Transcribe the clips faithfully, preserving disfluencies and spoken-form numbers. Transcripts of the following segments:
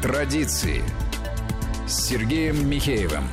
Традиции с Сергеем Михеевым.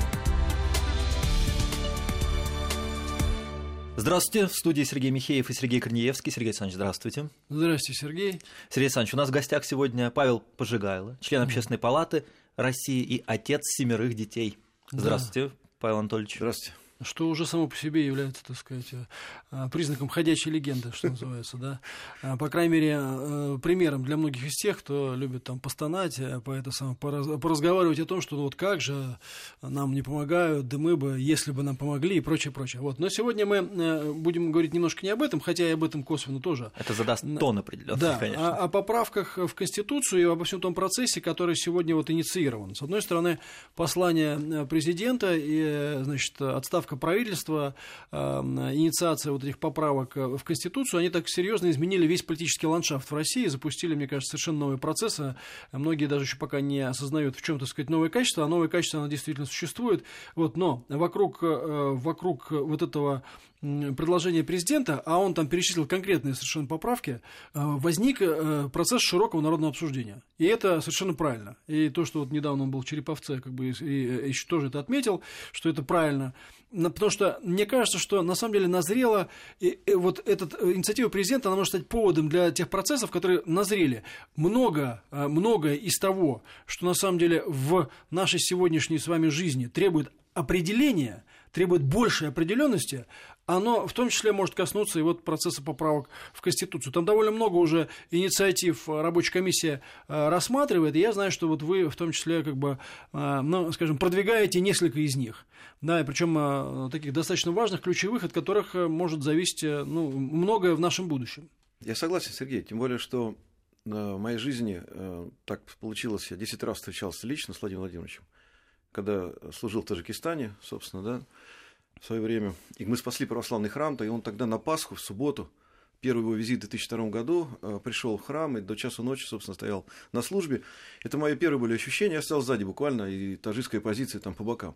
Здравствуйте, в студии Сергей Михеев и Сергей Корнеевский. Сергей Александрович, здравствуйте. Здравствуйте, Сергей. Сергей Александрович, у нас в гостях сегодня Павел Пожигайло, член Общественной палаты России и отец семерых детей. Здравствуйте, да. Павел Анатольевич. Здравствуйте. Что уже само по себе является, так сказать, признаком ходячей легенды, что называется, да. По крайней мере, примером для многих из тех, кто любит там постонать, по это самое, поразговаривать о том, что ну, вот как же нам не помогают, да мы бы, если бы нам помогли и прочее, прочее. Вот. Но сегодня мы будем говорить немножко не об этом, хотя и об этом косвенно тоже. Это задаст тон определенный, да, конечно. О, о поправках в Конституцию и обо всем том процессе, который сегодня вот инициирован. С одной стороны, послание президента и, значит, отставка правительства, э, инициация вот этих поправок в Конституцию, они так серьезно изменили весь политический ландшафт в России, запустили, мне кажется, совершенно новые процессы. Многие даже еще пока не осознают, в чем, так сказать, новое качество, а новое качество, оно действительно существует. Вот, но вокруг, э, вокруг вот этого предложения президента, а он там перечислил конкретные совершенно поправки, возник процесс широкого народного обсуждения. И это совершенно правильно. И то, что вот недавно он был в Череповце, как бы и еще тоже это отметил, что это правильно. Потому что мне кажется, что на самом деле назрела, и, и вот эта инициатива президента, она может стать поводом для тех процессов, которые назрели. Много, многое из того, что на самом деле в нашей сегодняшней с вами жизни требует определения, требует большей определенности, оно в том числе может коснуться и вот процесса поправок в Конституцию. Там довольно много уже инициатив рабочая комиссия рассматривает, и я знаю, что вот вы в том числе, как бы, ну, скажем, продвигаете несколько из них. Да, и причем таких достаточно важных, ключевых, от которых может зависеть, ну, многое в нашем будущем. Я согласен, Сергей, тем более, что в моей жизни так получилось, я десять раз встречался лично с Владимиром Владимировичем, когда служил в Таджикистане, собственно, да, в свое время. И мы спасли православный храм, то и он тогда на Пасху, в субботу, первый его визит в две тысячи втором году, пришел в храм и до часу ночи, собственно, стоял на службе. Это мои первые были ощущения, я стоял сзади буквально, и таджикская позиция там по бокам.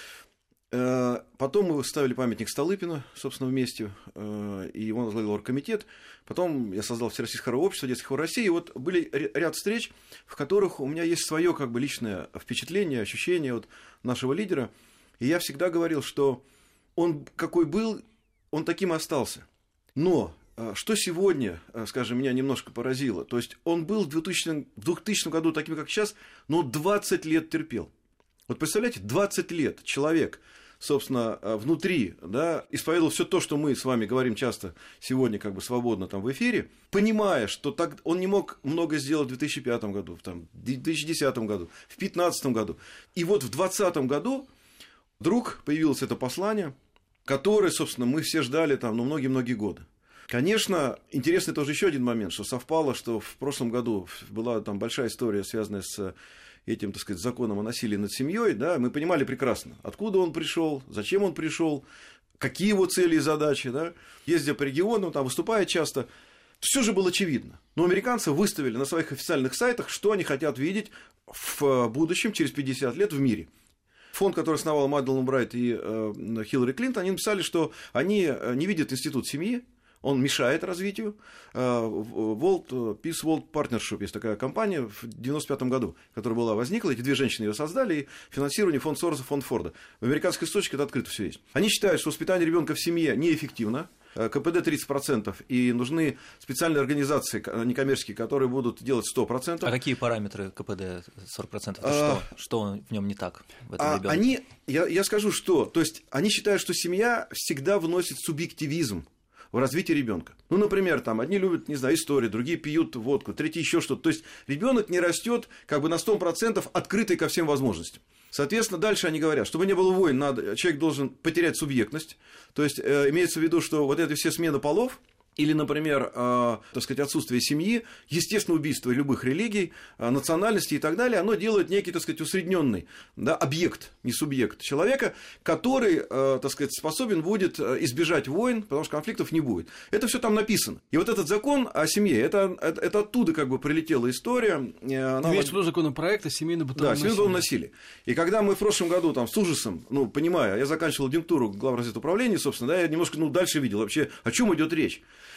Потом мы ставили памятник Столыпину, собственно, вместе, и его возглавил оргкомитет. Потом я создал Всероссийское хоровое общество детских хор России. И вот были ряд встреч, в которых у меня есть свое как бы личное впечатление, ощущение от нашего лидера. И я всегда говорил, что он какой был, он таким и остался. Но что сегодня, скажем, меня немножко поразило, то есть он был в двухтысячном году таким, как сейчас, но двадцать лет терпел. Вот представляете, двадцать лет человек, собственно, внутри, да, исповедовал все то, что мы с вами говорим часто сегодня, как бы свободно там в эфире, понимая, что так он не мог много сделать в две тысячи пятом году, там, в две тысячи десятом году, в две тысячи пятнадцатом году. И вот в двадцатом году вдруг появилось это послание, которое, собственно, мы все ждали там, ну, многие-многие годы. Конечно, интересный тоже еще один момент, что совпало, что в прошлом году была там большая история, связанная с этим, так сказать, законом о насилии над семьей, да, мы понимали прекрасно, откуда он пришел, зачем он пришел, какие его цели и задачи, да, ездя по регионам, там выступая часто, все же было очевидно. Но американцы выставили на своих официальных сайтах, что они хотят видеть в будущем, через пятьдесят лет в мире. Фонд, который основал Мадлен Брайт и э, Хиллари Клинтон, они написали, что они не видят институт семьи, он мешает развитию. World, Peace World Partnership, есть такая компания в девяносто пятом году, которая была возникла, эти две женщины ее создали, и финансирование фонд Сороса, фонд Форда. В американской источнике это открыто все есть. Они считают, что воспитание ребенка в семье неэффективно, КПД тридцать процентов, и нужны специальные организации некоммерческие, которые будут делать сто процентов. А какие параметры КПД сорок процентов? А, что, что в нем не так в этом а ребенке? Они, я, я скажу, что, то есть они считают, что семья всегда вносит субъективизм в развитии ребенка. Ну, например, там одни любят, не знаю, историю, другие пьют водку, третьи еще что-то. То есть ребенок не растет как бы на сто процентов открытый ко всем возможностям. Соответственно, дальше они говорят, чтобы не было войн, надо, человек должен потерять субъектность. То есть э, имеется в виду, что вот эти все смены полов, или, например, э, так сказать, отсутствие семьи, естественное убийство любых религий, э, национальностей и так далее, оно делает некий, так сказать, усредненный, да, объект, не субъект человека, который, э, так сказать, способен будет избежать войн, потому что конфликтов не будет. Это все там написано. И вот этот закон о семье, это, это, это оттуда как бы прилетела история. Она... Весь туда законопроект о семейно-бытовом да, семейно-бытовом насилии. И когда мы в прошлом году там с ужасом, ну, понимая, я заканчивал адъюнктуру главразведуправления, собственно, да, я немножко, ну, дальше видел вообще, о чем идет речь.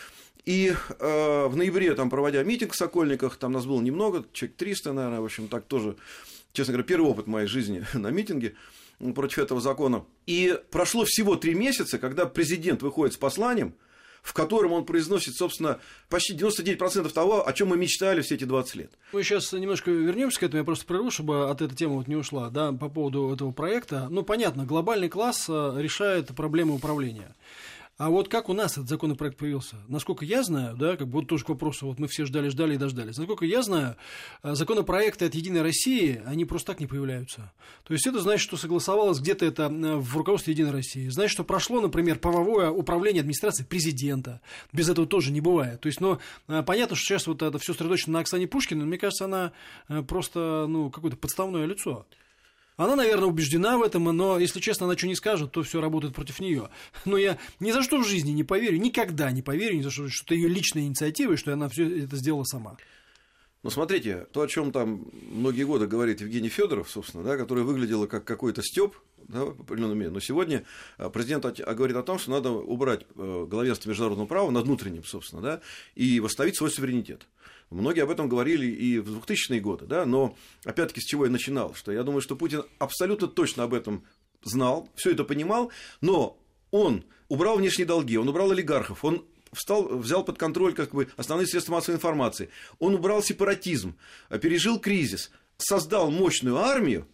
И э, в ноябре, там, проводя митинг в Сокольниках, там нас было немного, человек триста, наверное, в общем, так тоже, честно говоря, первый опыт моей жизни на митинге против этого закона. И прошло всего три месяца, когда президент выходит с посланием, в котором он произносит, собственно, почти девяносто девять процентов того, о чем мы мечтали все эти двадцать лет. Мы сейчас немножко вернемся к этому, я просто прерву, чтобы от этой темы вот не ушла, да, по поводу этого проекта. Ну, понятно, глобальный класс решает проблемы управления. А вот как у нас этот законопроект появился? Насколько я знаю, да, как бы вот тоже к вопросу, вот мы все ждали, ждали и дождались. Насколько я знаю, законопроекты от «Единой России», они просто так не появляются. То есть это значит, что согласовалось где-то это в руководстве «Единой России». Значит, что прошло, например, правовое управление администрации президента. Без этого тоже не бывает. То есть, но понятно, что сейчас вот это все сосредоточено на Оксане Пушкиной, но мне кажется, она просто, ну, какое-то подставное лицо. Она, наверное, убеждена в этом, но, если честно, она что не скажет, то все работает против нее. Но я ни за что в жизни не поверю, никогда не поверю, ни за что, что это ее личная инициатива, и что она все это сделала сама. Ну, смотрите, то, о чем там многие годы говорит Евгений Федоров, собственно, да, который выглядело как какой-то стёб, да, в определенном мере. Но сегодня президент говорит о том, что надо убрать главенство международного права над внутренним, собственно, да, и восстановить свой суверенитет. Многие об этом говорили и в двухтысячные годы, да, но опять-таки с чего я начинал, что я думаю, что Путин абсолютно точно об этом знал, все это понимал, но он убрал внешние долги, он убрал олигархов, он встал, взял под контроль как бы основные средства массовой информации, он убрал сепаратизм, пережил кризис, создал мощную армию,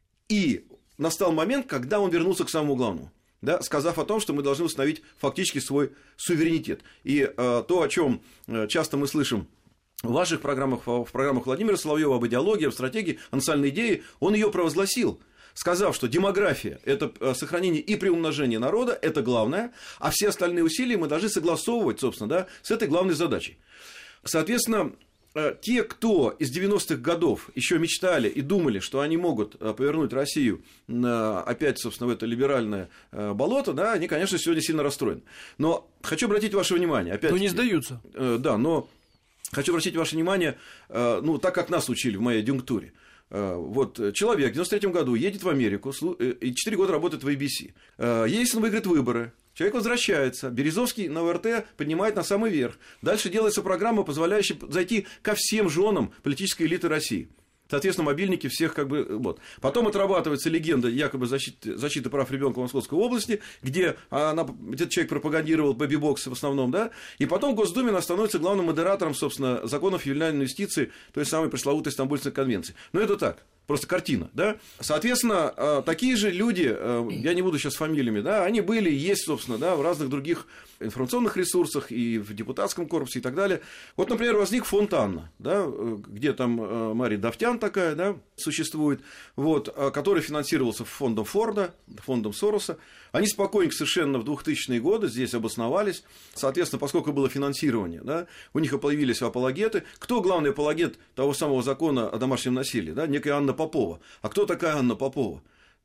и настал момент, когда он вернулся к самому главному. Да, сказав о том, что мы должны установить фактически свой суверенитет. И э, то, о чем часто мы слышим в ваших программах, в программах Владимира Соловьева об идеологии, об стратегии, о национальной идее, он ее провозгласил, сказав, что демография – это сохранение и приумножение народа, это главное, а все остальные усилия мы должны согласовывать, собственно, да, с этой главной задачей. Соответственно, те, кто из девяностых годов еще мечтали и думали, что они могут повернуть Россию опять, собственно, в это либеральное болото, да, они, конечно, сегодня сильно расстроены. Но хочу обратить ваше внимание, опять. Но не сдаются. Да, но хочу обратить ваше внимание, ну, так как нас учили в моей адъюнктуре. Вот человек в девяносто третьем году едет в Америку и четыре года работает в эй би си. Ельцин выиграет выборы. Человек возвращается, Березовский на о эр тэ поднимает на самый верх. Дальше делается программа, позволяющая зайти ко всем женам политической элиты России. Соответственно, мобильники всех как бы... Вот. Потом отрабатывается легенда якобы защиты, защиты прав ребенка в Московской области, где она, этот человек пропагандировал бэби-боксы в основном, да, и потом в Госдуме она становится главным модератором, собственно, законов ювенальной юстиции, той самой пресловутой Стамбульской конвенции. Но это так. Просто картина, да. Соответственно, такие же люди, я не буду сейчас фамилиями, да, они были и есть, собственно, да, в разных других информационных ресурсах и в депутатском корпусе и так далее. Вот, например, возник фонд Анна, да, где там Мария Давтян такая, да, существует, вот, который финансировался фондом Форда, фондом Сороса. Они спокойненько совершенно в двухтысячные годы здесь обосновались. Соответственно, поскольку было финансирование, да, у них появились апологеты. Кто главный апологет того самого закона о домашнем насилии? Да? Некая Анна Попова. А кто такая Анна Попова?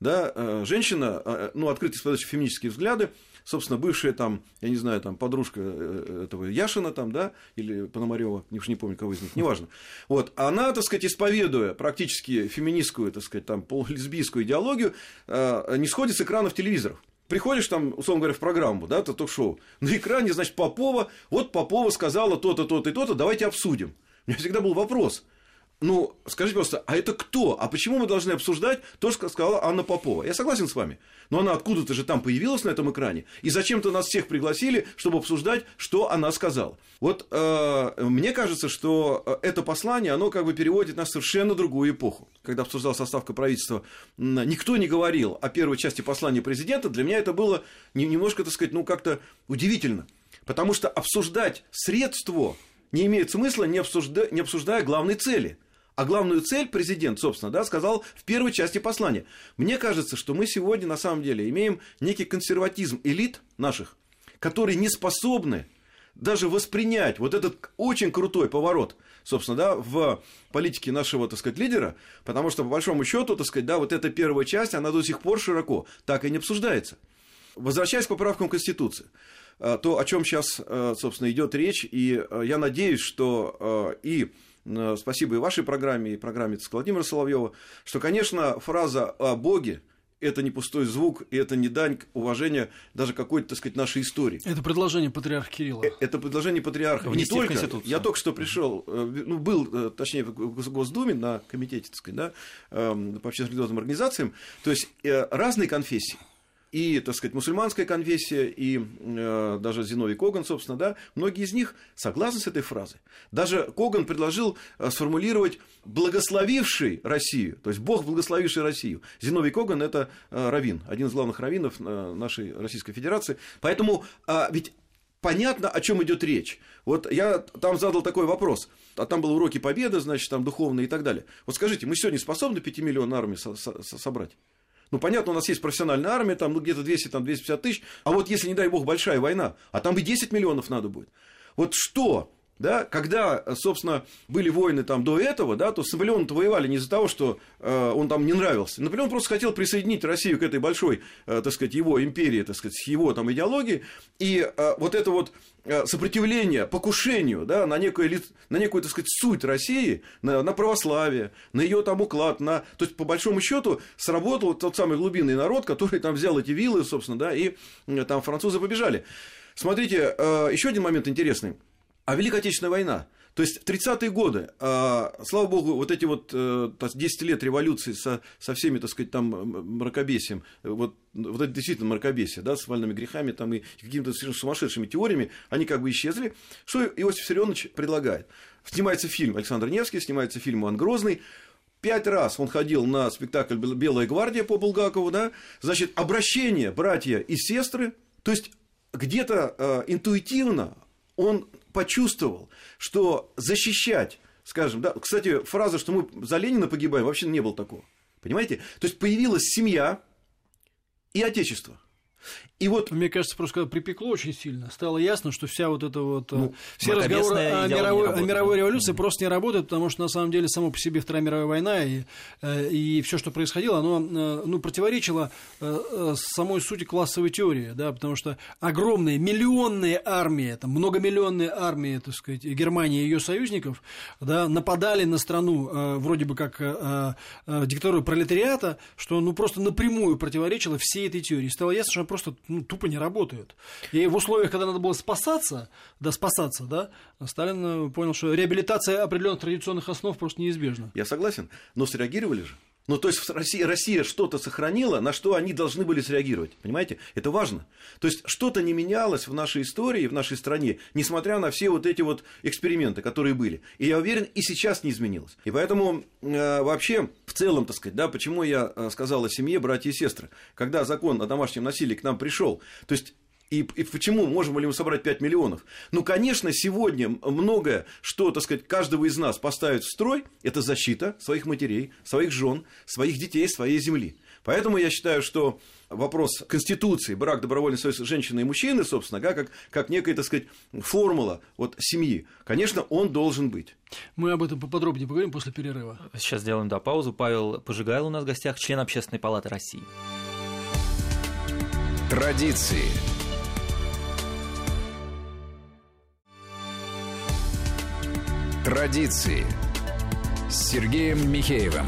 Да, женщина, ну, открытые исповедующие феминистские взгляды, собственно, бывшая там, я не знаю, там, подружка этого Яшина там, да, или Пономарёва, уж не помню, кого из них, неважно. Вот, она, так сказать, исповедуя практически феминистскую, так сказать, там, полулесбийскую идеологию, не сходит с экранов телевизоров. Приходишь там, условно говоря, в программу, да, это ток-шоу, на экране, значит, Попова, вот Попова сказала то-то, то-то и то-то, давайте обсудим. У меня всегда был вопрос. Ну, скажите просто, а это кто? А почему мы должны обсуждать то, что сказала Анна Попова? Я согласен с вами. Но она откуда-то же там появилась на этом экране. И зачем-то нас всех пригласили, чтобы обсуждать, что она сказала. Вот э, мне кажется, что это послание, оно как бы переводит нас в совершенно другую эпоху. Когда обсуждалась отставка правительства, никто не говорил о первой части послания президента. Для меня это было немножко, так сказать, ну, как-то удивительно. Потому что обсуждать средство не имеет смысла, не обсуждая, не обсуждая главной цели. А главную цель президент, собственно, да, сказал в первой части послания. Мне кажется, что мы сегодня на самом деле имеем некий консерватизм элит наших, которые не способны даже воспринять вот этот очень крутой поворот, собственно, да, в политике нашего, так сказать, лидера, потому что, по большому счету, так сказать, да, вот эта первая часть, она до сих пор широко так и не обсуждается. Возвращаясь к поправкам Конституции, то, о чем сейчас, собственно, идет речь, и я надеюсь, что и спасибо и вашей программе, и программе Владимира Соловьева, что, конечно, фраза о Боге это не пустой звук, и это не дань уважения даже какой-то, так сказать, нашей истории. Это предложение патриарха Кирилла. Это предложение патриарха. Не только. Я только что пришел, ну, был, точнее, в Госдуме на комитете, так сказать, да, по общественно-религиозным организациям, то есть разные конфессии. И, так сказать, мусульманская конфессия, и э, даже Зиновий Коган, собственно, да, многие из них согласны с этой фразой. Даже Коган предложил э, сформулировать «благословивший Россию», то есть «Бог, благословивший Россию». Зиновий Коган – это э, раввин, один из главных раввинов э, нашей Российской Федерации. Поэтому э, ведь понятно, о чем идет речь. Вот я там задал такой вопрос, а там были уроки Победы, значит, там духовные и так далее. Вот скажите, мы сегодня способны пятимиллионную армию со- со- собрать? Ну, понятно, у нас есть профессиональная армия, там ну, где-то двести, там, двести пятьдесят тысяч, а вот если, не дай бог, большая война, а там и десять миллионов надо будет. Вот что, да, когда, собственно, были войны там до этого, да, то с Наполеоном-то воевали не из-за того, что э, он там не нравился. Наполеон просто хотел присоединить Россию к этой большой, э, так сказать, его империи, так сказать, с его там идеологией, и э, вот это вот сопротивление покушению, да, на, некое, на некую, так сказать, суть России, на, на православие, на ее там уклад, на... то есть, по большому счету, сработал тот самый глубинный народ, который там взял эти виллы, собственно, да, и там французы побежали. Смотрите, еще один момент интересный. А Великая Отечественная война. То есть в тридцатые годы, э, слава богу, вот эти вот э, десять лет революции со, со всеми, так сказать, там мракобесием, вот, вот это действительно мракобесие, да, с вальными грехами там, и какими-то совершенно сумасшедшими теориями, они как бы исчезли. Что Иосиф Виссарионович предлагает? Снимается фильм Александр Невский, снимается фильм Иван Грозный. Пять раз он ходил на спектакль «Белая гвардия» по Булгакову, да, значит, обращение братья и сестры, то есть где-то э, интуитивно он почувствовал, что защищать, скажем, да, кстати, фраза, что мы за Ленина погибаем, вообще не было такого. Понимаете? То есть появилась семья и отечество. И вот... Мне кажется, просто когда припекло очень сильно, стало ясно, что вся вот эта вот... Ну, все разговоры о мировой, о мировой революции mm-hmm. просто не работают, потому что, на самом деле, само по себе Вторая мировая война и, и все, что происходило, оно ну, противоречило самой сути классовой теории, да, потому что огромные, миллионные армии, там, многомиллионные армии, так сказать, Германии и ее союзников, да, нападали на страну, вроде бы как диктатуру пролетариата, что ну, просто напрямую противоречило всей этой теории. Стало ясно, что она просто ну, тупо не работают. И в условиях, когда надо было спасаться, да, спасаться, да, Сталин понял, что реабилитация определенных традиционных основ просто неизбежна. Я согласен, но среагировали же. Ну, то есть Россия, Россия что-то сохранила, на что они должны были среагировать. Понимаете? Это важно. То есть что-то не менялось в нашей истории, в нашей стране, несмотря на все вот эти вот эксперименты, которые были. И я уверен, и сейчас не изменилось. И поэтому э, вообще, в целом, так сказать, да, почему я сказал о семье, братья и сестры, когда закон о домашнем насилии к нам пришел, то есть И, и почему? Можем ли мы собрать пять миллионов? Ну, конечно, сегодня многое, что, так сказать, каждого из нас поставить в строй, это защита своих матерей, своих жен, своих детей, своей земли. Поэтому я считаю, что вопрос Конституции, брак, добровольный союз женщины и мужчины, собственно, да, как, как некая, так сказать, формула вот, семьи, конечно, он должен быть. Мы об этом поподробнее поговорим после перерыва. Сейчас сделаем, да, паузу. Павел Пожигайл у нас в гостях, член Общественной палаты России. Традиции. Традиции с Сергеем Михеевым.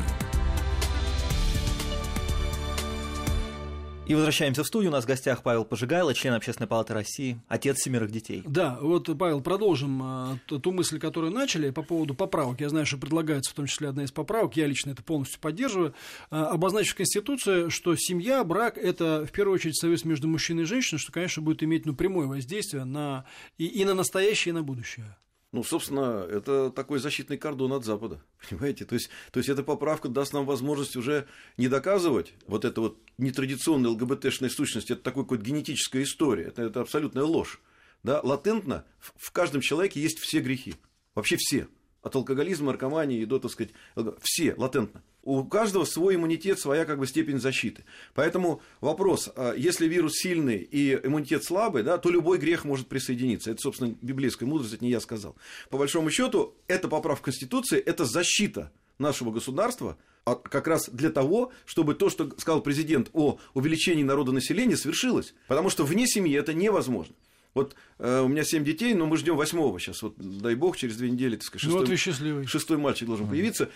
И возвращаемся в студию. У нас в гостях Павел Пожигайло, член Общественной палаты России, отец семерых детей. Да, вот, Павел, продолжим а, ту мысль, которую начали по поводу поправок. Я знаю, что предлагается в том числе одна из поправок, я лично это полностью поддерживаю. А, обозначив в Конституции, что семья, брак – это в первую очередь союз между мужчиной и женщиной, что, конечно, будет иметь ну, прямое воздействие на, и, и на настоящее, и на будущее. Ну, собственно, это такой защитный кордон от Запада, понимаете? То есть, то есть эта поправка даст нам возможность уже не доказывать вот эту вот нетрадиционную ЛГБТшную сущность, это такой какой-то генетическая история, это, это абсолютная ложь. Да? Латентно в, в каждом человеке есть все грехи, вообще все, от алкоголизма, наркомании и до, так сказать, все латентно. У каждого свой иммунитет, своя как бы степень защиты. Поэтому вопрос, если вирус сильный и иммунитет слабый, да, то любой грех может присоединиться. Это, собственно, библейская мудрость, это не я сказал. По большому счету, эта поправка в Конституции – это защита нашего государства как раз для того, чтобы то, что сказал президент о увеличении народонаселения, свершилось. Потому что вне семьи это невозможно. Вот э, у меня семь детей, но мы ждем восьмого сейчас. Вот, дай бог, через две недели, так сказать, шестой, ну, вот вы счастливый. шестой мальчик должен появиться.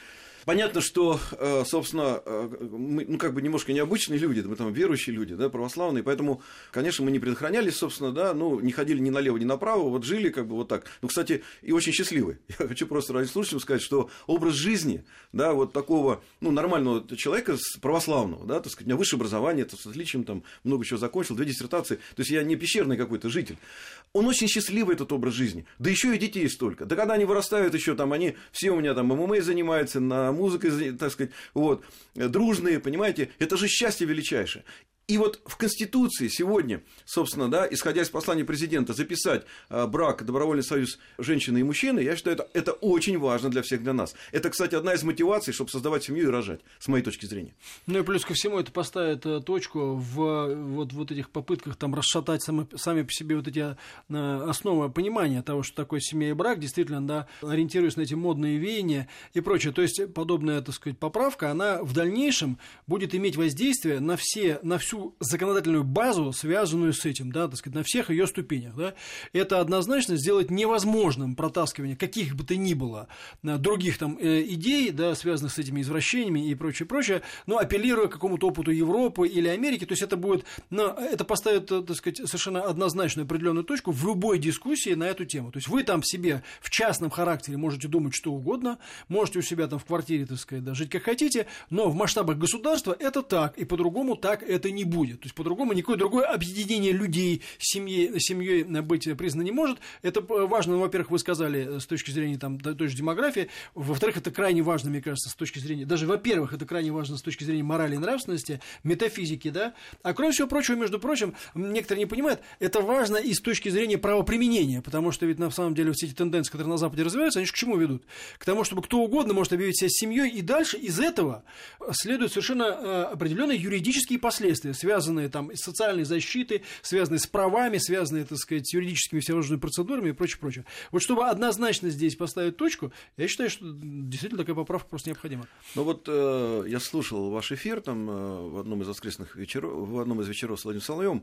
Понятно, что, собственно, мы, ну, как бы немножко необычные люди, мы там верующие люди, да, православные, поэтому, конечно, мы не предохранялись, собственно, да, ну, не ходили ни налево, ни направо, вот жили как бы вот так. Ну, кстати, и очень счастливы. Я хочу просто радиослушателям сказать, что образ жизни, да, вот такого, ну, нормального человека, православного, да, так сказать, у меня высшее образование, с отличием, там, много чего закончил, две диссертации, то есть я не пещерный какой-то житель. Он очень счастливый, этот образ жизни, да еще и детей столько. Да когда они вырастают еще, там, они все у меня там эм эм а занимаются, на музыкой, так сказать, вот, дружные, понимаете, это же счастье величайшее. И вот в Конституции сегодня, собственно, да, исходя из послания президента, записать э, брак, добровольный союз женщины и мужчины, я считаю, это, это очень важно для всех, для нас. Это, кстати, одна из мотиваций, чтобы создавать семью и рожать, с моей точки зрения. Ну и плюс ко всему это поставит точку в вот, вот этих попытках там расшатать сами, сами по себе вот эти основы понимания того, что такое семья и брак, действительно, да, ориентируясь на эти модные веяния и прочее. То есть подобная, так сказать, поправка, она в дальнейшем будет иметь воздействие на все, на всю законодательную базу, связанную с этим, да, так сказать, на всех ее ступенях. Да. Это однозначно сделать невозможным протаскивание каких бы то ни было других там идей, да, связанных с этими извращениями и прочее, прочее, но апеллируя к какому-то опыту Европы или Америки, то есть это будет, ну, это поставит, так сказать, совершенно однозначную определенную точку в любой дискуссии на эту тему. То есть вы там себе в частном характере можете думать что угодно, можете у себя там в квартире, так сказать, да, жить как хотите, но в масштабах государства это так, и по-другому так это не будет. То есть, по-другому, никакое другое объединение людей семьей, семьей быть признано не может. Это важно, ну, во-первых, вы сказали, с точки зрения там, той же демографии. Во-вторых, это крайне важно, мне кажется, с точки зрения... Даже, во-первых, это крайне важно с точки зрения морали и нравственности, метафизики, да. А кроме всего прочего, между прочим, некоторые не понимают, это важно и с точки зрения правоприменения, потому что ведь, на самом деле, все эти тенденции, которые на Западе развиваются, они же к чему ведут? К тому, чтобы кто угодно может объявить себя семьей, и дальше из этого следуют совершенно определенные юридические последствия, связанные там с социальной защитой, связанные с правами, связанные, так сказать, с юридическими всевозможными процедурами и прочее, прочее. Вот чтобы однозначно здесь поставить точку, я считаю, что действительно такая поправка просто необходима. Ну вот э, я слушал ваш эфир там э, в одном из воскресных вечеров, в одном из вечеров с Владимиром Соловьевым,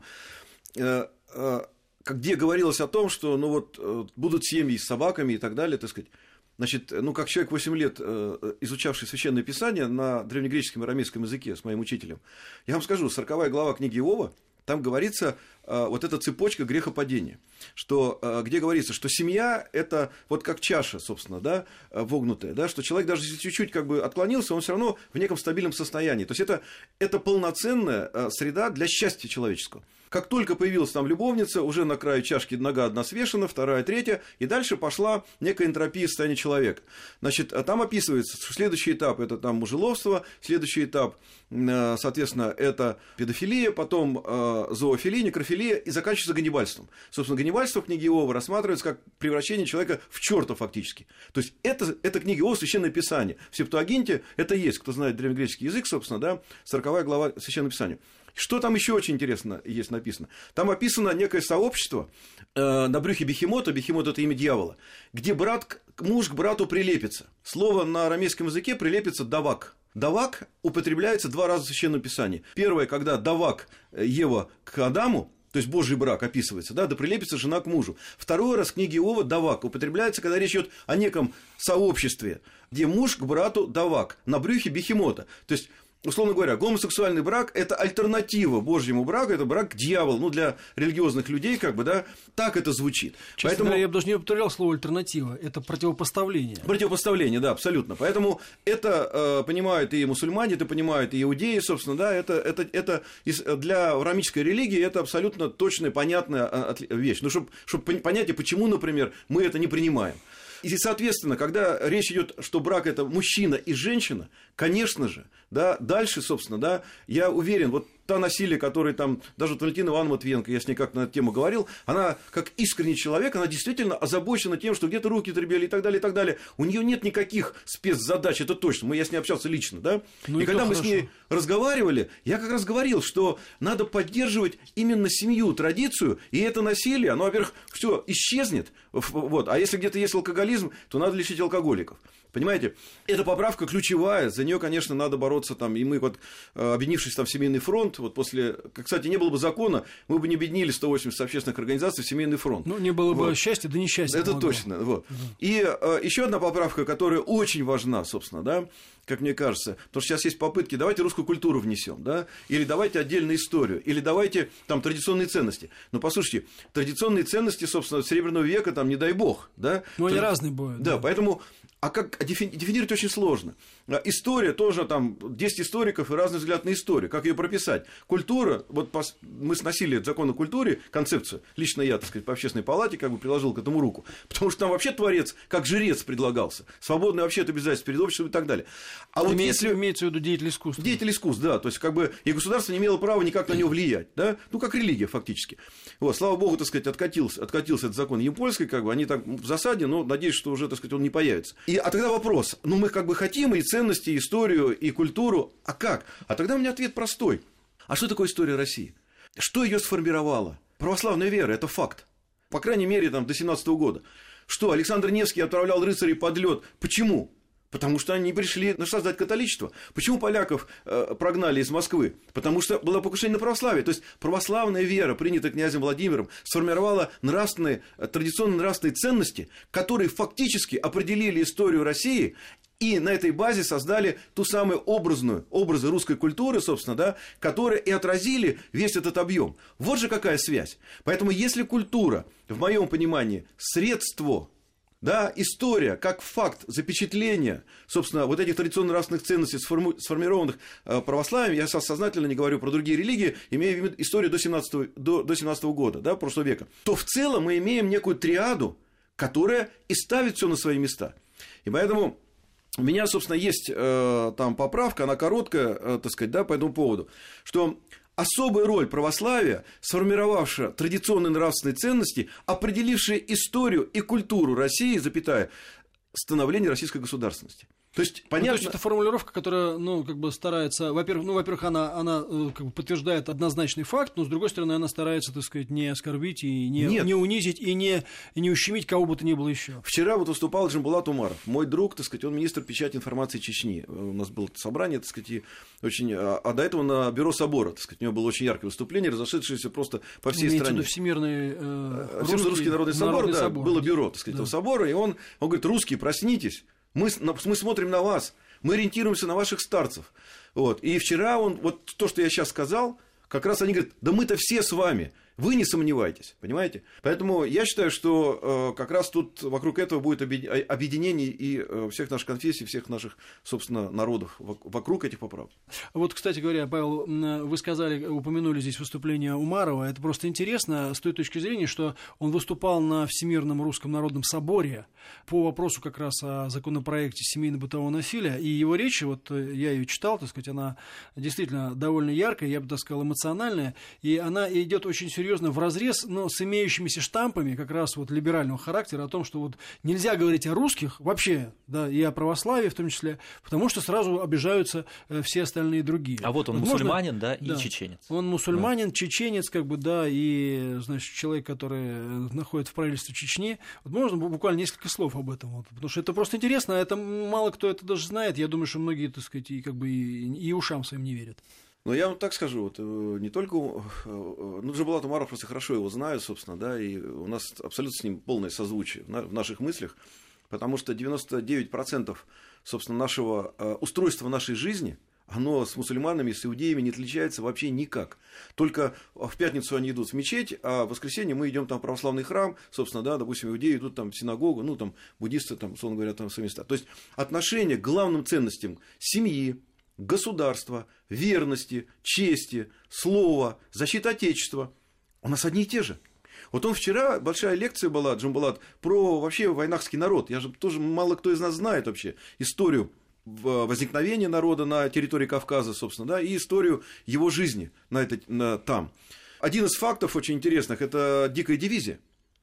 э, э, где говорилось о том, что ну вот э, будут семьи с собаками и так далее, так сказать. Значит, ну, как человек восемь лет, изучавший Священное Писание на древнегреческом и арамейском языке с моим учителем, я вам скажу, сороковая глава книги Иова, там говорится вот эта цепочка грехопадения, что, где говорится, что семья – это вот как чаша, собственно, да, вогнутая, да, что человек даже если чуть-чуть как бы отклонился, он все равно в неком стабильном состоянии. То есть это, это полноценная среда для счастья человеческого. Как только появилась там любовница, уже на краю чашки нога одна свешена, вторая, третья, и дальше пошла некая энтропия состояния человека. Значит, там описывается, что следующий этап – это там мужеловство, следующий этап, соответственно, это педофилия, потом зоофилия, некрофилия и заканчивается ганнибальством. Собственно, ганнибальство в книге Иова рассматривается как превращение человека в черта фактически. То есть это, это книга Иова, Священное Писание. В Септуагинте это есть, кто знает древнегреческий язык, собственно, да, сороковая глава Священного Писания. Что там еще очень интересно есть написано? Там описано некое сообщество э, на брюхе бехемота, бехемот – это имя дьявола, где брат, муж к брату прилепится. Слово на арамейском языке прилепится «давак». «Давак» употребляется два раза в Священном Писании. Первое, когда «давак» Ева к Адаму, то есть Божий брак описывается, да, да прилепится жена к мужу. Второй раз в книге Иова «давак» употребляется, когда речь идет о неком сообществе, где муж к брату «давак» на брюхе бехемота. То есть, условно говоря, гомосексуальный брак – это альтернатива Божьему браку, это брак к дьяволу. Ну, для религиозных людей, как бы, да, так это звучит. Честно Поэтому... говоря, я бы даже не употреблял слово альтернатива, это противопоставление. Противопоставление, да, абсолютно. Поэтому это э, понимают и мусульмане, это понимают и иудеи, собственно, да, это, это, это для авраамической религии это абсолютно точная, понятная вещь. Ну, чтобы чтоб понять, почему, например, мы это не принимаем. И, соответственно, когда речь идет, что брак – это мужчина и женщина, конечно же, да, дальше, собственно, да, я уверен, вот та насилие, которое там, даже вот Валентина Ивановна Матвиенко, я с ней как-то на эту тему говорил, она, как искренний человек, она действительно озабочена тем, что где-то руки требели и так далее, и так далее. У нее нет никаких спецзадач, это точно. Мы, я с ней общался лично, да. Ну, и, и когда мы хорошо. с ней разговаривали, я как раз говорил, что надо поддерживать именно семью, традицию, и это насилие, оно, во-первых, все исчезнет, вот. А если где-то есть алкоголизм, то надо лечить алкоголиков. Понимаете, эта поправка ключевая, за нее, конечно, надо бороться там, и мы вот, объединившись там в Семейный фронт, вот после, кстати, не было бы закона, мы бы не объединили сто восемьдесят общественных организаций в Семейный фронт. Ну, не было бы вот. Счастья, да несчастья. Это помогло. Точно, вот. Угу. И э, еще одна поправка, которая очень важна, собственно, да, как мне кажется, потому что сейчас есть попытки, давайте русскую культуру внесем, да, или давайте отдельную историю, или давайте там традиционные ценности. Но послушайте, традиционные ценности, собственно, Серебряного века, там, не дай бог, да. Ну, они то, разные бывают. Да, да. поэтому, а как дефинировать очень сложно. История тоже, там, десять историков и разный взгляд на историю, как ее прописать. Культура, вот мы сносили закон о культуре, концепцию, лично я, так сказать, по общественной палате, как бы приложил к этому руку, потому что там вообще творец, как жрец предлагался, свободный вообще от обязательств перед обществом и так далее. А вот имеется, если... имеется в виду деятель искусства. Деятель искусств, да, то есть как бы и государство не имело права никак на него влиять, да, ну как религия фактически. Вот, слава богу, так сказать, откатился, откатился этот закон Ямпольской, как бы они так в засаде, но надеюсь, что уже, так сказать, он не появится. И, а тогда вопрос, ну мы как бы хотим и ценности, и историю, и культуру, а как? А тогда у меня ответ простой. А что такое история России? Что ее сформировало? Православная вера – это факт. По крайней мере, там, до семнадцатого года. Что, Александр Невский отправлял рыцарей под лед? Почему? Потому что они пришли создать католичество. Почему поляков э, прогнали из Москвы? Потому что было покушение на православие. То есть православная вера, принятая князем Владимиром, сформировала нравственные, традиционные нравственные ценности, которые фактически определили историю России. И на этой базе создали ту самую образную, образы русской культуры, собственно, да, которые и отразили весь этот объем. Вот же какая связь. Поэтому если культура, в моем понимании, средство, да, история, как факт запечатления, собственно, вот этих традиционно-нравственных ценностей, сформи- сформированных э, православием, я сейчас сознательно не говорю про другие религии, имея в виду историю до семнадцатого, до, до семнадцатого года, да, прошлого века, то в целом мы имеем некую триаду, которая и ставит все на свои места. И поэтому... У меня, собственно, есть э, там поправка, она короткая, э, так сказать, да, по этому поводу, что особая роль православия, сформировавшая традиционные нравственные ценности, определившая историю и культуру России, запятая, становление российской государственности. То есть, понятно... Ну, то есть, это формулировка, которая, ну, как бы старается, во-первых, ну, во-первых, она, она как бы подтверждает однозначный факт, но, с другой стороны, она старается, так сказать, не оскорбить и не, не унизить, и не, и не ущемить кого бы то ни было еще. Вчера вот выступал Джамбулат Умаров, мой друг, так сказать, он министр печати информации Чечни. У нас было собрание, так сказать, и очень... А до этого на бюро собора, так сказать, у него было очень яркое выступление, разошедшееся просто по всей Имеется стране. В виду Всемирный, э, русский, русский народный собор, народный да, собор, было бюро, так сказать, да. Этого собора, и он, он говорит, русские, проснитесь, мы, мы смотрим на вас. Мы ориентируемся на ваших старцев. Вот. И вчера он, вот то, что я сейчас сказал, как раз они говорят, да мы-то все с вами, вы не сомневайтесь, понимаете? Поэтому я считаю, что э, как раз тут вокруг этого будет объединение и э, всех наших конфессий, всех наших, собственно, народов вокруг этих поправок. Вот, кстати говоря, Павел, вы сказали, упомянули здесь выступление Умарова. Это просто интересно с той точки зрения, что он выступал на Всемирном русском народном соборе по вопросу как раз о законопроекте семейно-бытового насилия. И его речь, вот я ее читал, так сказать, она действительно довольно яркая, я бы так сказал, эмоциональная, и она идет очень серьезно вразрез, но с имеющимися штампами как раз вот либерального характера о том, что вот нельзя говорить о русских вообще, да, и о православии в том числе, потому что сразу обижаются все остальные другие. А вот он вот мусульманин, можно... да, и да. чеченец. Он мусульманин, да. чеченец, как бы, да, и, значит, человек, который находится в правительстве Чечни. Вот можно буквально несколько слов об этом, вот, потому что это просто интересно, это мало кто это даже знает. Я думаю, что многие, так сказать, и как бы и, и ушам своим не верят. Ну, я вам так скажу, вот, не только... Ну, Джамбулат Умаров просто хорошо его знаю, собственно, да, и у нас абсолютно с ним полное созвучие в наших мыслях, потому что девяносто девять процентов, собственно, нашего устройства нашей жизни, оно с мусульманами, с иудеями не отличается вообще никак. Только в пятницу они идут в мечеть, а в воскресенье мы идем там в православный храм, собственно, да, допустим, иудеи идут там в синагогу, ну, там, буддисты, там, условно говоря, там в свои места. То есть отношение к главным ценностям семьи, государства, верности, чести, слова, защиты Отечества у нас одни и те же. Вот он вчера, большая лекция была, Джамбулат, про вообще войнахский народ. Я же тоже мало кто из нас знает вообще историю возникновения народа на территории Кавказа, собственно, да, и историю его жизни на это, на, там. Один из фактов очень интересных – это дикая дивизия.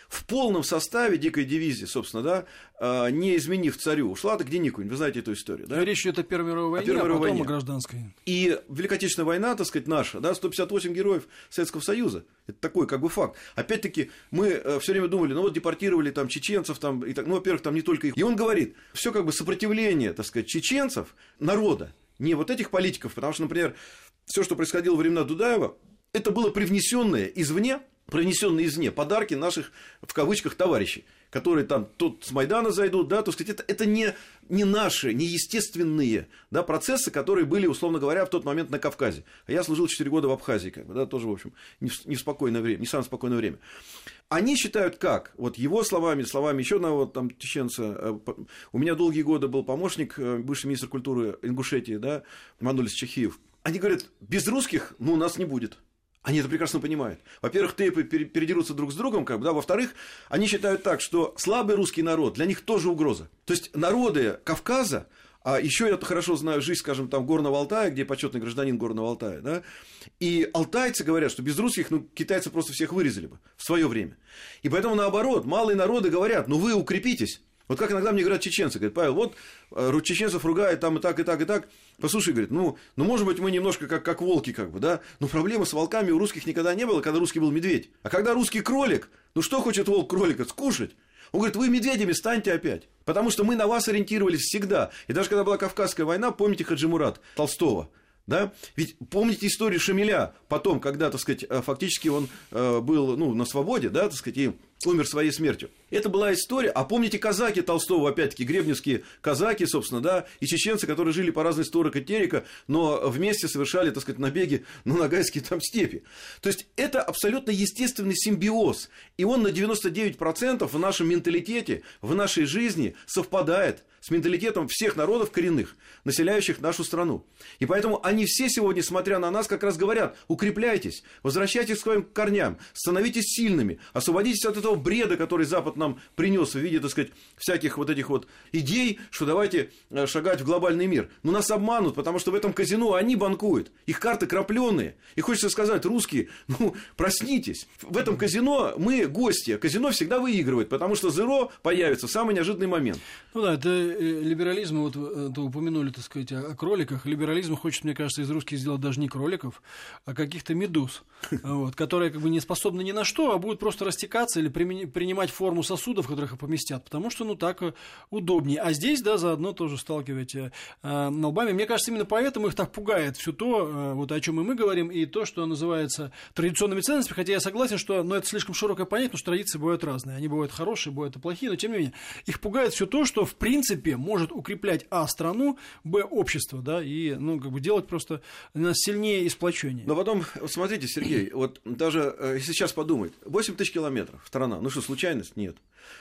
в полном составе дикой дивизии, собственно, да, не изменив царю, ушла так где никуда. Вы знаете эту историю, да? Речь идет о Первой мировой войне, а, а потом войне. О гражданской. И Великая Отечественная война, так сказать, наша, да, сто пятьдесят восемь героев Советского Союза. Это такой, как бы, факт. Опять-таки, мы все время думали, ну вот депортировали там чеченцев, там, и так, ну, во-первых, там не только их. И он говорит, все как бы сопротивление, так сказать, чеченцев, народа, не вот этих политиков, потому что, например, все, что происходило во времена Дудаева, это было привнесенное извне, привнесенные извне подарки наших, в кавычках, товарищей, которые там тут с Майдана зайдут, да, то сказать, это, это не, не наши, не естественные, да, процессы, которые были, условно говоря, в тот момент на Кавказе. А я служил четыре года в Абхазии, как бы, да, тоже, в общем, не в, не в спокойное время, не в самое спокойное время. Они считают как? Вот его словами, словами еще одного там чеченца. У меня долгие годы был помощник, бывший министр культуры Ингушетии, да, Манулис Чахиев. Они говорят, без русских, ну, нас не будет. Они это прекрасно понимают. Во-первых, тейпы передерутся друг с другом, как бы, да. Во-вторых, они считают так, что слабый русский народ для них тоже угроза. То есть народы Кавказа, а еще я хорошо знаю жизнь, скажем, там Горного Алтая, где почетный гражданин Горного Алтая, да, и алтайцы говорят, что без русских, ну, китайцы просто всех вырезали бы в свое время. И поэтому, наоборот, малые народы говорят, ну, вы укрепитесь. Вот как иногда мне говорят чеченцы, говорят, Павел, вот чеченцев ругают там и так, и так, и так. Послушай, говорит, ну, ну может быть, мы немножко как, как волки, как бы, да, но проблемы с волками у русских никогда не было, когда русский был медведь. А когда русский кролик, ну что хочет волк кролика? Скушать. Он говорит, вы медведями станьте опять, потому что мы на вас ориентировались всегда. И даже когда была Кавказская война, помните Хаджи Мурат Толстого? Да? Ведь помните историю Шамиля потом, когда, так сказать, фактически он был, ну, на свободе, да, так сказать, и умер своей смертью. Это была история. А помните казаки Толстого, опять-таки, гребневские казаки, собственно, да, и чеченцы, которые жили по разные стороны Терека, но вместе совершали, так сказать, набеги на ногайские там степи. То есть это абсолютно естественный симбиоз. И он на девяносто девять процентов в нашем менталитете, в нашей жизни совпадает с менталитетом всех народов коренных, населяющих нашу страну. И поэтому они все сегодня, смотря на нас, как раз говорят, укрепляйтесь, возвращайтесь к своим корням, становитесь сильными, освободитесь от этого бреда, который Запад нам принес в виде, так сказать, всяких вот этих вот идей, что давайте шагать в глобальный мир. Но нас обманут, потому что в этом казино они банкуют, их карты крапленые. И хочется сказать, русские, ну, проснитесь. В этом казино мы гости, казино всегда выигрывает, потому что зеро появится в самый неожиданный момент. Ну да, это либерализм, вот это упомянули, так сказать, о кроликах. Либерализм хочет, мне кажется, из русских сделать даже не кроликов, а каких-то медуз, вот, которые как бы не способны ни на что, а будут просто растекаться или принимать форму сосудов, в которых их поместят, потому что, ну, так удобнее. А здесь, да, заодно тоже сталкивать э, лбами. Мне кажется, именно поэтому их так пугает все то, э, вот о чем и мы говорим, и то, что называется традиционными ценностями, хотя я согласен, что, ну, это слишком широкое понятие, потому что традиции бывают разные. Они бывают хорошие, бывают и плохие, но тем не менее, их пугает все то, что, в принципе, может укреплять а. страну, б. общество, да, и, ну, как бы делать просто нас сильнее и сплоченнее. Но потом, смотрите, Сергей, вот даже если сейчас подумать, восемь тысяч километров страна, ну что, случайность? Нет.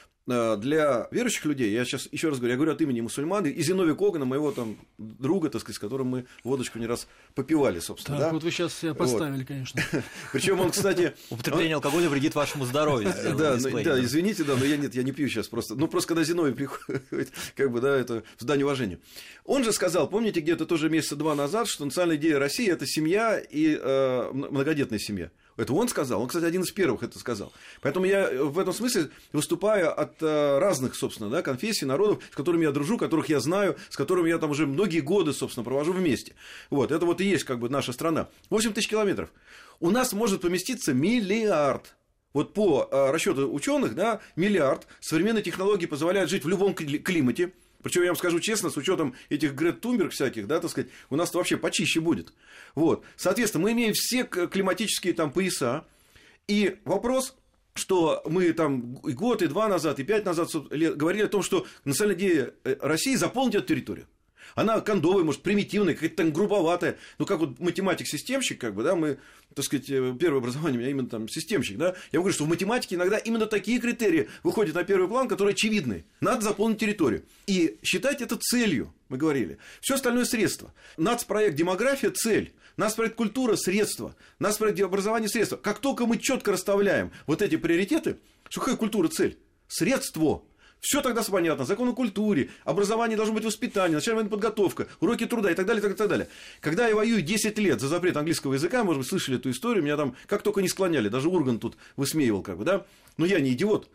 Для верующих людей, я сейчас еще раз говорю, я говорю от имени мусульман, и Зиновия Когана, моего там друга, так сказать, с которым мы водочку не раз попивали, собственно. Так, да? Вот вы сейчас себя поставили, вот. Конечно. Причем он, кстати... Употребление алкоголя вредит вашему здоровью. Да, да, извините, да, но я нет, я не пью сейчас просто. Ну, просто когда Зиновий приходит, как бы, да, это в дань уважения. Он же сказал, помните, где-то тоже месяца два назад, что национальная идея России – это семья и э, многодетная семья. Это он сказал. Он, кстати, один из первых это сказал. Поэтому я в этом смысле выступаю от э, разных, собственно, да, конфессий, народов, с которыми я дружу, которых я знаю, с которыми я там уже многие годы, собственно, провожу вместе. Вот, это вот и есть как бы наша страна. восемь тысяч километров. У нас может поместиться миллиард. Вот по э, расчету ученых, да, миллиард. Современные технологии позволяют жить в любом климате. Причем, я вам скажу честно, с учетом этих Грет Тунберг всяких, да, так сказать, у нас-то вообще почище будет. Вот. Соответственно, мы имеем все климатические там пояса. И вопрос, что мы там и год, и два назад, и пять назад говорили о том, что национальная идея России заполнить эту территорию. Она кондовая, может, примитивная, какая-то там грубоватая. Ну, как вот математик-системщик, как бы, да, мы, так сказать, первое образование у меня именно там системщик, да. Я говорю, что в математике иногда именно такие критерии выходят на первый план, которые очевидны. Надо заполнить территорию. И считать это целью, мы говорили. Все остальное средство. Нацпроект демография – цель. Нацпроект культура – средство. Нацпроект образование – средство. Как только мы четко расставляем вот эти приоритеты, что какая культура – цель? Средство. Все тогда понятно. Закон о культуре, образование должно быть воспитание, начальная военная подготовка, уроки труда и так далее, и так, и так далее. Когда я воюю десять лет за запрет английского языка, может быть, слышали эту историю, меня там как только не склоняли, даже Ургант тут высмеивал, как бы, да. Но я не идиот.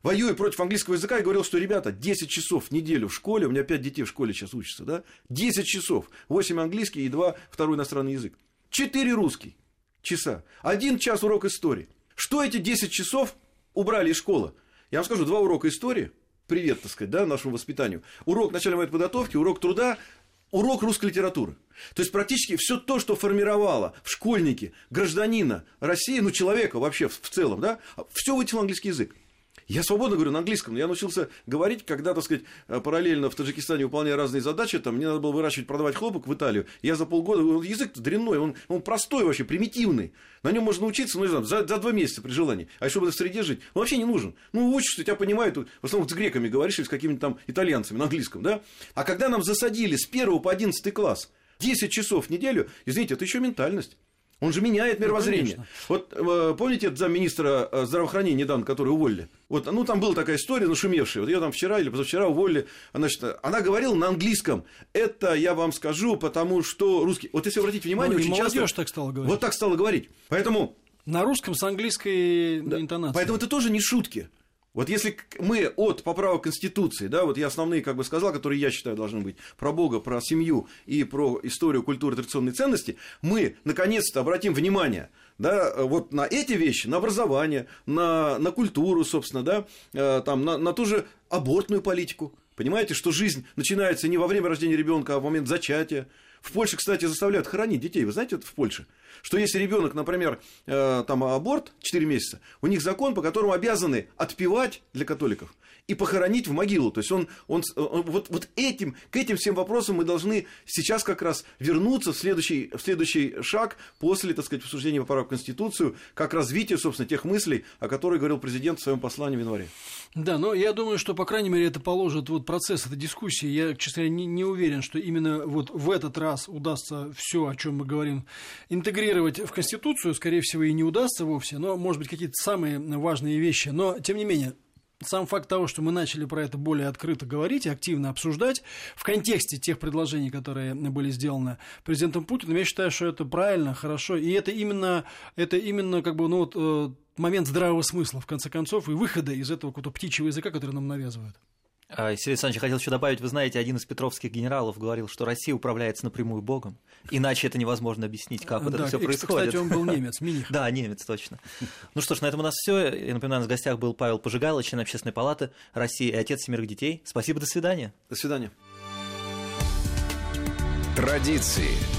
воюя против английского языка, я говорил, что, ребята, десять часов в неделю в школе, у меня пять детей в школе сейчас учатся, да, десять часов, восемь английский и два второй иностранный язык, четыре русский часа, один час урок истории. Что эти десять часов убрали из школы? Я вам скажу, два урока истории, привет, так сказать, да, нашему воспитанию, урок начальной военной подготовки, урок труда, урок русской литературы. То есть практически все то, что формировало в школьнике гражданина России, ну человека вообще в целом, да, все вытянул английский язык. Я свободно говорю на английском, но я научился говорить, когда, так сказать, параллельно в Таджикистане, выполняя разные задачи, там, мне надо было выращивать, продавать хлопок в Италию. Я за полгода, язык-то дрянной, он, он простой вообще, примитивный. На нем можно учиться, ну, не знаю, за, за два месяца при желании. А чтобы в среде жить, он вообще не нужен. Ну, учишься, тебя понимают, в основном с греками говоришь или с какими-то там итальянцами на английском, да? А когда нам засадили с первого по одиннадцатый класс десять часов в неделю, извините, это еще ментальность. Он же меняет мировоззрение. Ну, вот э, помните замминистра здравоохранения недавно, который уволили? Вот, ну, там была такая история, нашумевшая. Вот ее там вчера или позавчера уволили. Значит, она говорила на английском. Это я вам скажу, потому что русский. Вот если обратить внимание, ну, очень молодежь часто. так стала говорить. Вот так стала говорить. Поэтому. На русском с английской Да. интонацией. Поэтому это тоже не шутки. Вот если мы от поправок Конституции, да, вот я основные, как бы сказал, которые я считаю должны быть, про Бога, про семью и про историю, культуру, традиционные ценности, мы наконец-то обратим внимание, да, вот на эти вещи, на образование, на, на культуру, собственно, да, э, там, на, на ту же абортную политику. Понимаете, что жизнь начинается не во время рождения ребенка, а в момент зачатия. В Польше, кстати, заставляют хоронить детей. Вы знаете, это в Польше? Что если ребенок, например, э, там аборт четыре месяца, у них закон, по которому обязаны отпевать для католиков и похоронить в могилу. То есть он, он, он вот, вот этим, к этим всем вопросам мы должны сейчас как раз вернуться в следующий, в следующий шаг после, так сказать, обсуждения поправок в Конституцию, как развитие, собственно, тех мыслей, о которых говорил президент в своем послании в январе. Да, но я думаю, что, по крайней мере, это положит вот процесс этой дискуссии. Я, честно говоря, не, не уверен, что именно вот в этот раз удастся все, о чем мы говорим, интегрировать в Конституцию. Скорее всего, и не удастся вовсе, но, может быть, какие-то самые важные вещи. Но, тем не менее, сам факт того, что мы начали про это более открыто говорить и активно обсуждать в контексте тех предложений, которые были сделаны президентом Путиным, я считаю, что это правильно, хорошо. И это именно, это именно как бы, ну, вот, момент здравого смысла, в конце концов, и выхода из этого какого-то птичьего языка, который нам навязывают. Сергей Александрович, хотел еще добавить, вы знаете, один из петровских генералов говорил, что Россия управляется напрямую Богом, иначе это невозможно объяснить, как вот да, это все происходит. Кстати, он был немец, Миних. Да, немец, точно. Ну что ж, на этом у нас все. Я напоминаю, у нас в гостях был Павел Пожигайло, член Общественной палаты России и отец семерых детей. Спасибо, до свидания. До свидания. Традиции.